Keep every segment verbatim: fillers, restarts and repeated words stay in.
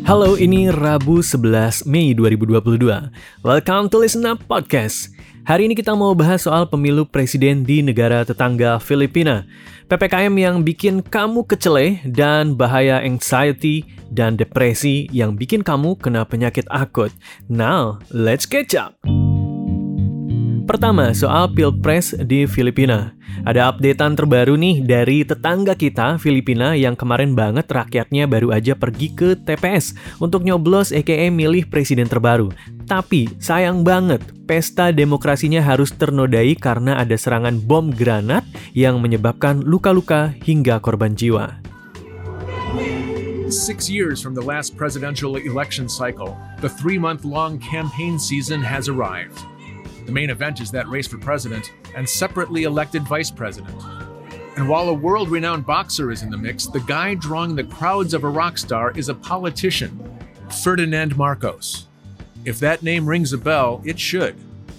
Halo, ini Rabu sebelas Mei dua ribu dua puluh dua. Welcome to Listen Up Podcast. Hari ini kita mau bahas soal pemilu presiden di negara tetangga Filipina. P P K M yang bikin kamu kecele dan bahaya anxiety dan depresi yang bikin kamu kena penyakit akut. Now, let's catch up. Pertama, soal Pilpres di Filipina. Ada updatean terbaru nih dari tetangga kita, Filipina, yang kemarin banget rakyatnya baru aja pergi ke T P S untuk nyoblos aka milih presiden terbaru. Tapi, sayang banget, pesta demokrasinya harus ternodai karena ada serangan bom granat yang menyebabkan luka-luka hingga korban jiwa. Six years from the last presidential election cycle, the three-month-long campaign season has arrived. The main event is that race for president and separately elected vice president. And while a world-renowned boxer is in the mix, the guy drawing the crowds of a rock star is a politician, Ferdinand Marcos. If that name rings a bell, it should.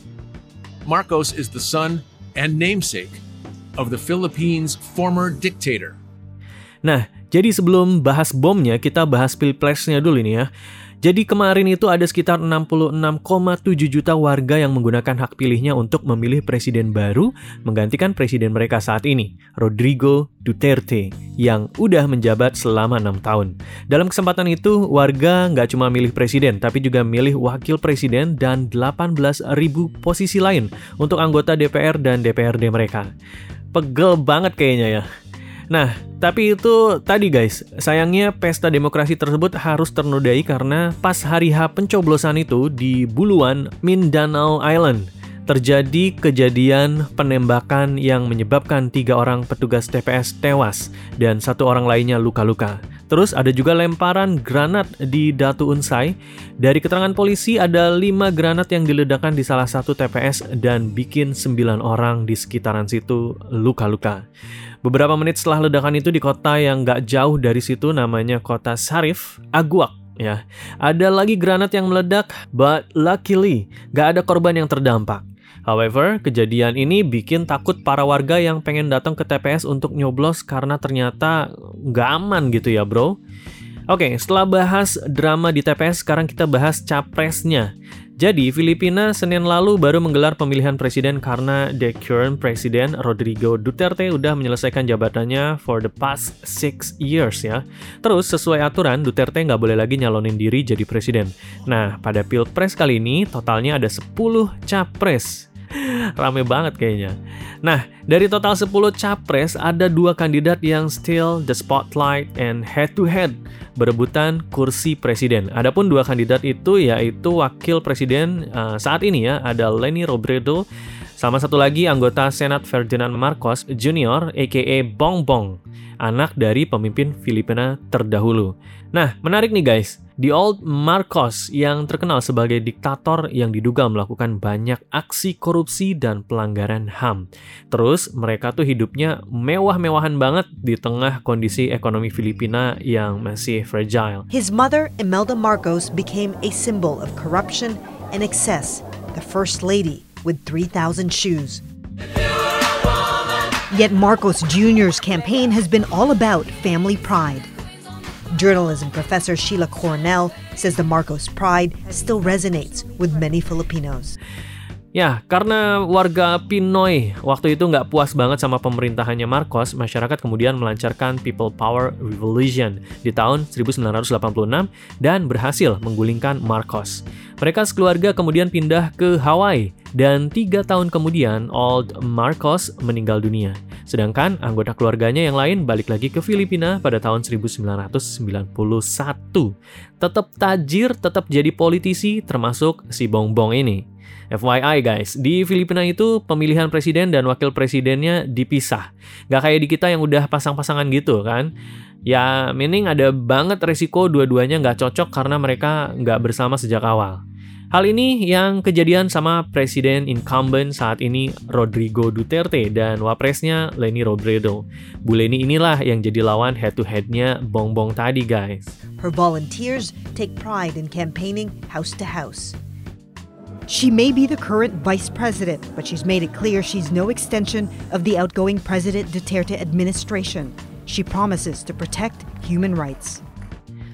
Marcos is the son and namesake of the Philippines' former dictator. Nah, jadi sebelum bahas bomnya, kita bahas pilpresnya dulu nih ya. Jadi kemarin itu ada sekitar enam puluh enam koma tujuh juta warga yang menggunakan hak pilihnya untuk memilih presiden baru menggantikan presiden mereka saat ini, Rodrigo Duterte, yang udah menjabat selama enam tahun. Dalam kesempatan itu, warga nggak cuma milih presiden, tapi juga milih wakil presiden dan delapan belas ribu posisi lain untuk anggota D P R dan D P R D mereka. Pegel banget kayaknya ya. Nah, tapi itu tadi guys, sayangnya pesta demokrasi tersebut harus ternodai karena pas hari H pencoblosan itu di Buluan, Mindanao Island, terjadi kejadian penembakan yang menyebabkan tiga orang petugas T P S tewas dan satu orang lainnya luka-luka. Terus ada juga lemparan granat di Datu Unsai. Dari keterangan polisi ada lima granat yang diledakkan di salah satu T P S dan bikin sembilan orang di sekitaran situ luka-luka. Beberapa menit setelah ledakan itu di kota yang gak jauh dari situ namanya kota Sarif, Aguak ya. Ada lagi granat yang meledak, but luckily gak ada korban yang terdampak. However, kejadian ini bikin takut para warga yang pengen datang ke T P S untuk nyoblos karena ternyata gak aman gitu ya bro. Oke, setelah bahas drama di T P S, sekarang kita bahas capresnya. Jadi, Filipina Senin lalu baru menggelar pemilihan presiden karena the current president Rodrigo Duterte udah menyelesaikan jabatannya for the past six years ya. Terus, sesuai aturan, Duterte nggak boleh lagi nyalonin diri jadi presiden. Nah, pada Pilpres kali ini, totalnya ada sepuluh capres. Rame banget kayaknya. Nah, dari total sepuluh capres, ada dua kandidat yang still the spotlight and head-to-head berebutan kursi presiden. Adapun dua kandidat itu yaitu wakil presiden uh, saat ini ya, ada Leni Robredo, sama satu lagi anggota Senat Ferdinand Marcos Junior aka Bongbong, anak dari pemimpin Filipina terdahulu. Nah, menarik nih guys. The old Marcos yang terkenal sebagai diktator yang diduga melakukan banyak aksi korupsi dan pelanggaran H A M. Terus mereka tuh hidupnya mewah-mewahan banget di tengah kondisi ekonomi Filipina yang masih fragile. His mother, Imelda Marcos, became a symbol of corruption and excess, the first lady with three thousand shoes. Yet Marcos Junior's campaign has been all about family pride. Journalism professor Sheila Cornell says the Marcos pride still resonates with many Filipinos. Ya, karena warga Pinoy waktu itu nggak puas banget sama pemerintahannya Marcos, masyarakat kemudian melancarkan People Power Revolution di tahun seribu sembilan ratus delapan puluh enam dan berhasil menggulingkan Marcos. Mereka sekeluarga kemudian pindah ke Hawaii dan tiga tahun kemudian Old Marcos meninggal dunia. Sedangkan anggota keluarganya yang lain balik lagi ke Filipina pada tahun seribu sembilan ratus sembilan puluh satu. Tetap tajir, tetap jadi politisi, termasuk si Bongbong ini. F Y I guys, di Filipina itu pemilihan presiden dan wakil presidennya dipisah. Gak kayak di kita yang udah pasang-pasangan gitu kan. Ya, meaning ada banget resiko dua-duanya gak cocok karena mereka gak bersama sejak awal. Hal ini yang kejadian sama presiden incumbent saat ini Rodrigo Duterte dan wapresnya Leni Robredo. Bu Leni inilah yang jadi lawan head-to-headnya Bongbong tadi guys. Her volunteers take pride in campaigning house to house. She may be the current vice president, but she's made it clear she's no extension of the outgoing President Duterte administration. She promises to protect human rights.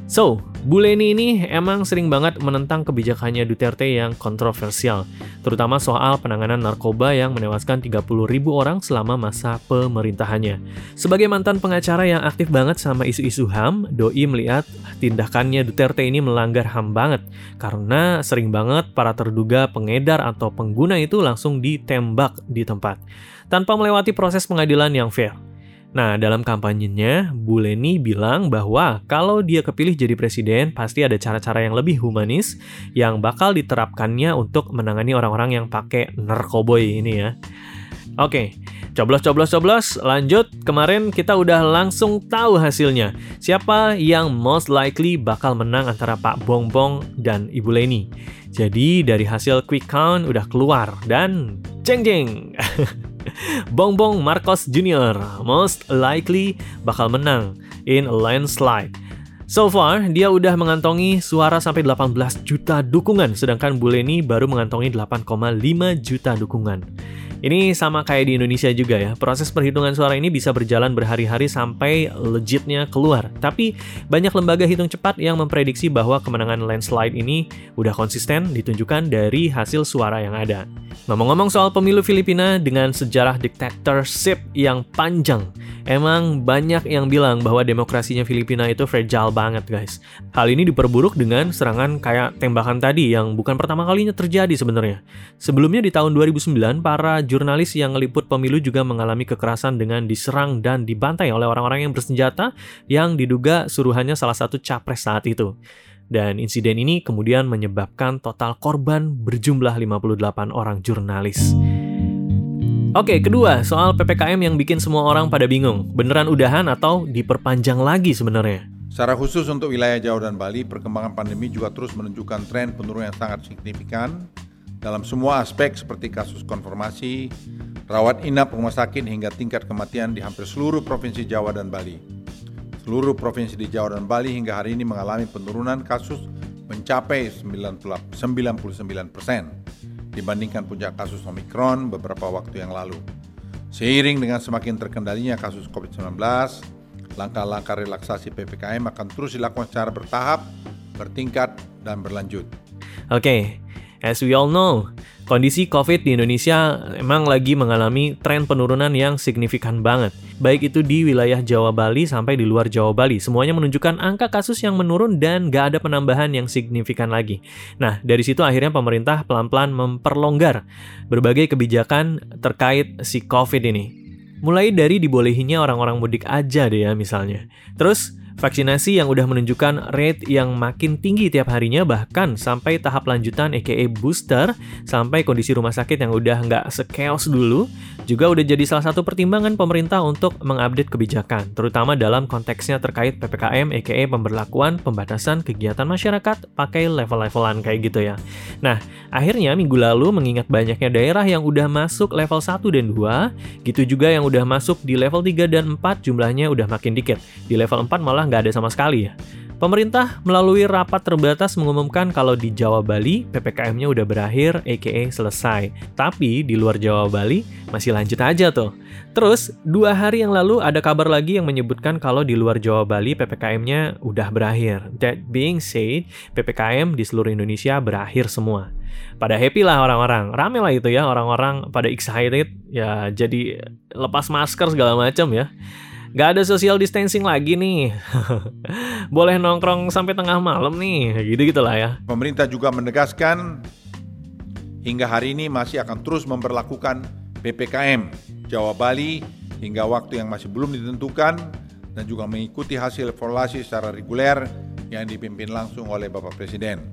So, Bu Leni ini emang sering banget menentang kebijakannya Duterte yang kontroversial, terutama soal penanganan narkoba yang menewaskan tiga puluh ribu orang selama masa pemerintahannya. Sebagai mantan pengacara yang aktif banget sama isu-isu H A M, Doi melihat tindakannya Duterte ini melanggar H A M banget, karena sering banget para terduga pengedar atau pengguna itu langsung ditembak di tempat, tanpa melewati proses pengadilan yang fair. Nah, dalam kampanyenya, Bu Leni bilang bahwa kalau dia kepilih jadi presiden, pasti ada cara-cara yang lebih humanis yang bakal diterapkannya untuk menangani orang-orang yang pakai narkoboy ini ya. Oke, coblos-coblos-coblos, lanjut. Kemarin kita udah langsung tahu hasilnya. Siapa yang most likely bakal menang antara Pak Bongbong dan Ibu Leni. Jadi dari hasil quick count udah keluar dan jeng-jeng. Bongbong Marcos Junior most likely bakal menang in a landslide. So far, dia udah mengantongi suara sampai delapan belas juta dukungan, sedangkan Bu Leni baru mengantongi delapan koma lima juta dukungan. Ini sama kayak di Indonesia juga ya, proses perhitungan suara ini bisa berjalan berhari-hari sampai legitnya keluar. Tapi banyak lembaga hitung cepat yang memprediksi bahwa kemenangan landslide ini udah konsisten ditunjukkan dari hasil suara yang ada. Ngomong-ngomong soal pemilu Filipina dengan sejarah dictatorship yang panjang, emang banyak yang bilang bahwa demokrasinya Filipina itu fragile banget guys. Hal ini diperburuk dengan serangan kayak tembakan tadi yang bukan pertama kalinya terjadi sebenarnya. Sebelumnya di tahun dua ribu sembilan, para jurnalis yang ngeliput pemilu juga mengalami kekerasan dengan diserang dan dibantai oleh orang-orang yang bersenjata yang diduga suruhannya salah satu capres saat itu. Dan insiden ini kemudian menyebabkan total korban berjumlah lima puluh delapan orang jurnalis. Oke, kedua, soal P P K M yang bikin semua orang pada bingung. Beneran udahan atau diperpanjang lagi sebenarnya? Secara khusus untuk wilayah Jawa dan Bali, perkembangan pandemi juga terus menunjukkan tren penurunan yang sangat signifikan dalam semua aspek seperti kasus konfirmasi, rawat inap rumah sakit hingga tingkat kematian di hampir seluruh provinsi Jawa dan Bali. Seluruh provinsi di Jawa dan Bali hingga hari ini mengalami penurunan kasus mencapai sembilan puluh sembilan persen dibandingkan puncak kasus Omikron beberapa waktu yang lalu. Seiring dengan semakin terkendalinya kasus covid sembilan belas, langkah-langkah relaksasi P P K M akan terus dilakukan secara bertahap, bertingkat, dan berlanjut. Oke, okay. As we all know, kondisi COVID di Indonesia emang lagi mengalami tren penurunan yang signifikan banget. Baik itu di wilayah Jawa Bali sampai di luar Jawa Bali. Semuanya menunjukkan angka kasus yang menurun dan gak ada penambahan yang signifikan lagi. Nah, dari situ akhirnya pemerintah pelan-pelan memperlonggar berbagai kebijakan terkait si COVID ini. Mulai dari dibolehinya orang-orang mudik aja deh ya misalnya. Terus, vaksinasi yang udah menunjukkan rate yang makin tinggi tiap harinya, bahkan sampai tahap lanjutan aka booster, sampai kondisi rumah sakit yang udah nggak se-chaos dulu, juga udah jadi salah satu pertimbangan pemerintah untuk mengupdate kebijakan, terutama dalam konteksnya terkait P P K M aka pemberlakuan pembatasan kegiatan masyarakat pakai level-levelan kayak gitu ya. Nah, akhirnya minggu lalu mengingat banyaknya daerah yang udah masuk level satu dan dua, gitu juga yang udah masuk di level tiga dan empat jumlahnya udah makin dikit. Di level empat malah nggak ada sama sekali ya. Pemerintah melalui rapat terbatas mengumumkan kalau di Jawa Bali P P K M-nya udah berakhir aka selesai. Tapi di luar Jawa Bali masih lanjut aja tuh. Terus dua hari yang lalu ada kabar lagi yang menyebutkan kalau di luar Jawa Bali P P K M-nya udah berakhir. That being said, P P K M di seluruh Indonesia berakhir semua. Pada happy lah orang-orang, rame lah itu ya, orang-orang pada excited ya, jadi lepas masker segala macam ya. Gak ada social distancing lagi nih. Boleh nongkrong sampai tengah malam nih, gitu-gitu lah ya. Pemerintah juga menegaskan hingga hari ini masih akan terus memberlakukan P P K M Jawa Bali hingga waktu yang masih belum ditentukan dan juga mengikuti hasil evaluasi secara reguler yang dipimpin langsung oleh Bapak Presiden.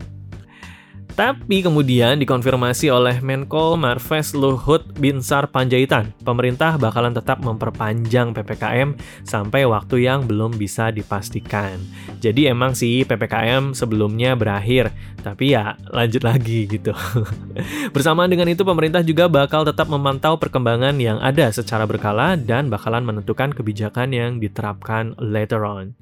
Tapi kemudian dikonfirmasi oleh Menko Marves Luhut Binsar Panjaitan, pemerintah bakalan tetap memperpanjang P P K M sampai waktu yang belum bisa dipastikan. Jadi emang sih P P K M sebelumnya berakhir, tapi ya lanjut lagi gitu. Bersamaan dengan itu pemerintah juga bakal tetap memantau perkembangan yang ada secara berkala dan bakalan menentukan kebijakan yang diterapkan later on.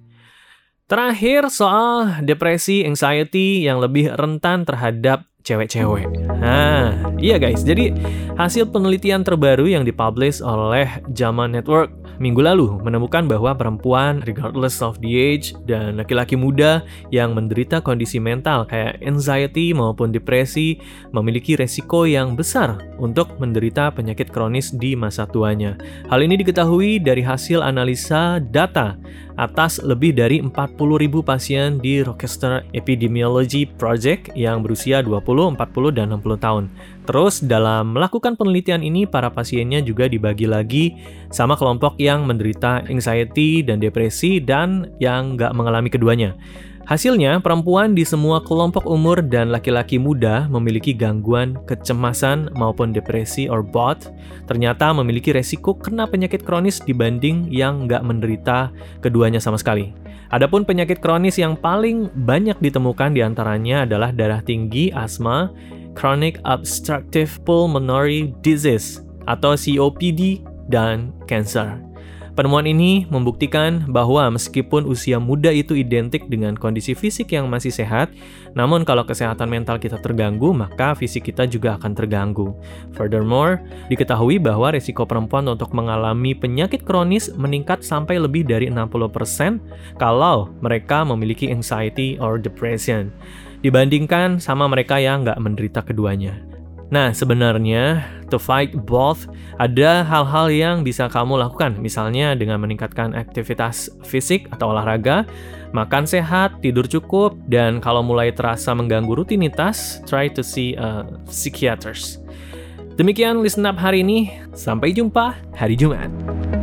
Terakhir soal depresi, anxiety yang lebih rentan terhadap cewek-cewek. Nah, iya guys, jadi hasil penelitian terbaru yang dipublish oleh JAMA Network minggu lalu menemukan bahwa perempuan regardless of the age dan laki-laki muda yang menderita kondisi mental kayak anxiety maupun depresi memiliki resiko yang besar untuk menderita penyakit kronis di masa tuanya. Hal ini diketahui dari hasil analisa data atas lebih dari empat puluh ribu pasien di Rochester Epidemiology Project yang berusia dua puluh, empat puluh, dan enam puluh tahun. Terus dalam melakukan penelitian ini, para pasiennya juga dibagi lagi sama kelompok yang menderita anxiety dan depresi dan yang nggak mengalami keduanya. Hasilnya, perempuan di semua kelompok umur dan laki-laki muda memiliki gangguan kecemasan maupun depresi or both, ternyata memiliki resiko kena penyakit kronis dibanding yang nggak menderita keduanya sama sekali. Adapun penyakit kronis yang paling banyak ditemukan diantaranya adalah darah tinggi, asma, chronic obstructive pulmonary disease atau C O P D, dan cancer. Penemuan ini membuktikan bahwa meskipun usia muda itu identik dengan kondisi fisik yang masih sehat, namun kalau kesehatan mental kita terganggu, maka fisik kita juga akan terganggu. Furthermore, diketahui bahwa risiko perempuan untuk mengalami penyakit kronis meningkat sampai lebih dari enam puluh persen kalau mereka memiliki anxiety or depression, dibandingkan sama mereka yang nggak menderita keduanya. Nah, sebenarnya to fight both, ada hal-hal yang bisa kamu lakukan, misalnya dengan meningkatkan aktivitas fisik atau olahraga, makan sehat, tidur cukup, dan kalau mulai terasa mengganggu rutinitas, try to see a psychiatrist. Demikian Listen Up hari ini, sampai jumpa hari Jumat.